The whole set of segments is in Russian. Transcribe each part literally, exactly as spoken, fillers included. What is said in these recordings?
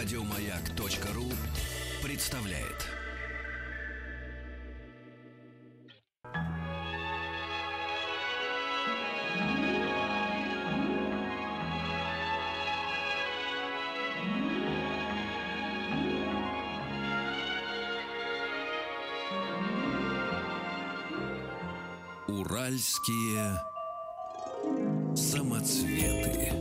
Радиомаяк.ру представляет. Уральские самоцветы.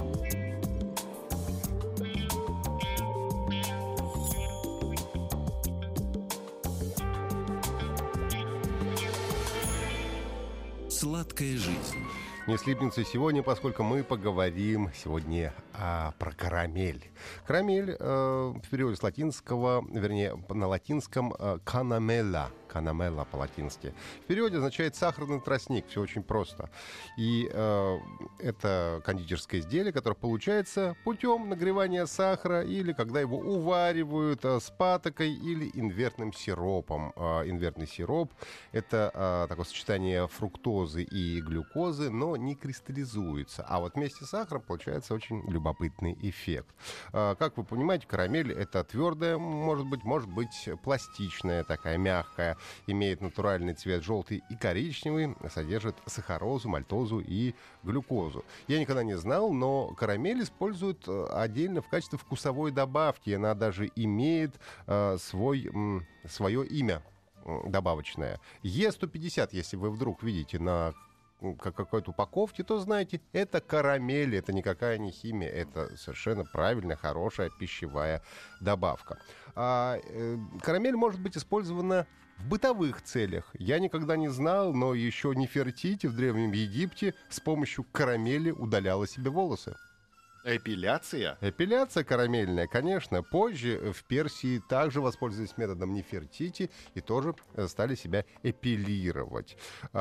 Сладкая жизнь. Не слипнется сегодня, поскольку мы поговорим сегодня а, про карамель. Карамель э, в переводе с латинского, вернее, на латинском э, «канамелла». «Канамелла» по-латински. В переводе означает «сахарный тростник». Все очень просто. И э, это кондитерское изделие, которое получается путем нагревания сахара или когда его уваривают э, с патокой или инвертным сиропом. Э, инвертный сироп — это э, такое сочетание фруктозы и глюкозы, но не кристаллизуется. А вот вместе с сахаром получается очень любопытный эффект. Э, как вы понимаете, карамель — это твердая, может быть, может быть пластичная, такая мягкая, имеет натуральный цвет желтый и коричневый, содержит сахарозу, мальтозу и глюкозу. Я никогда не знал, но карамель используют отдельно в качестве вкусовой добавки. Она даже имеет э, свой, м, свое имя добавочное. Е сто пятьдесят, если вы вдруг видите на какой-то упаковке, то знаете, это карамель, это никакая не химия, это совершенно правильная, хорошая пищевая добавка. А, э, карамель может быть использована в бытовых целях. Я никогда не знал, но еще Нефертити в Древнем Египте с помощью карамели удаляла себе волосы. Эпиляция? Эпиляция карамельная, конечно. Позже в Персии также воспользовались методом Нефертити и тоже стали себя эпилировать.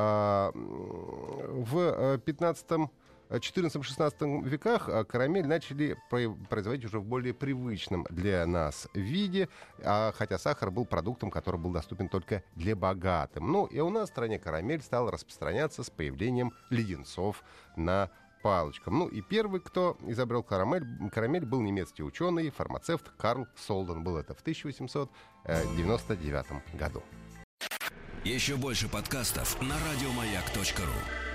В пятнадцатом четырнадцатом-шестнадцатом веках карамель начали производить уже в более привычном для нас виде, хотя сахар был продуктом, который был доступен только для богатым. Ну и у нас в стране карамель стала распространяться с появлением леденцов на палочкам. Ну и первый, кто изобрел карамель, карамель был немецкий ученый, фармацевт Карл Солден. Был это в тысяча восемьсот девяносто девятом году. Еще больше подкастов на радиомаяк точка ру.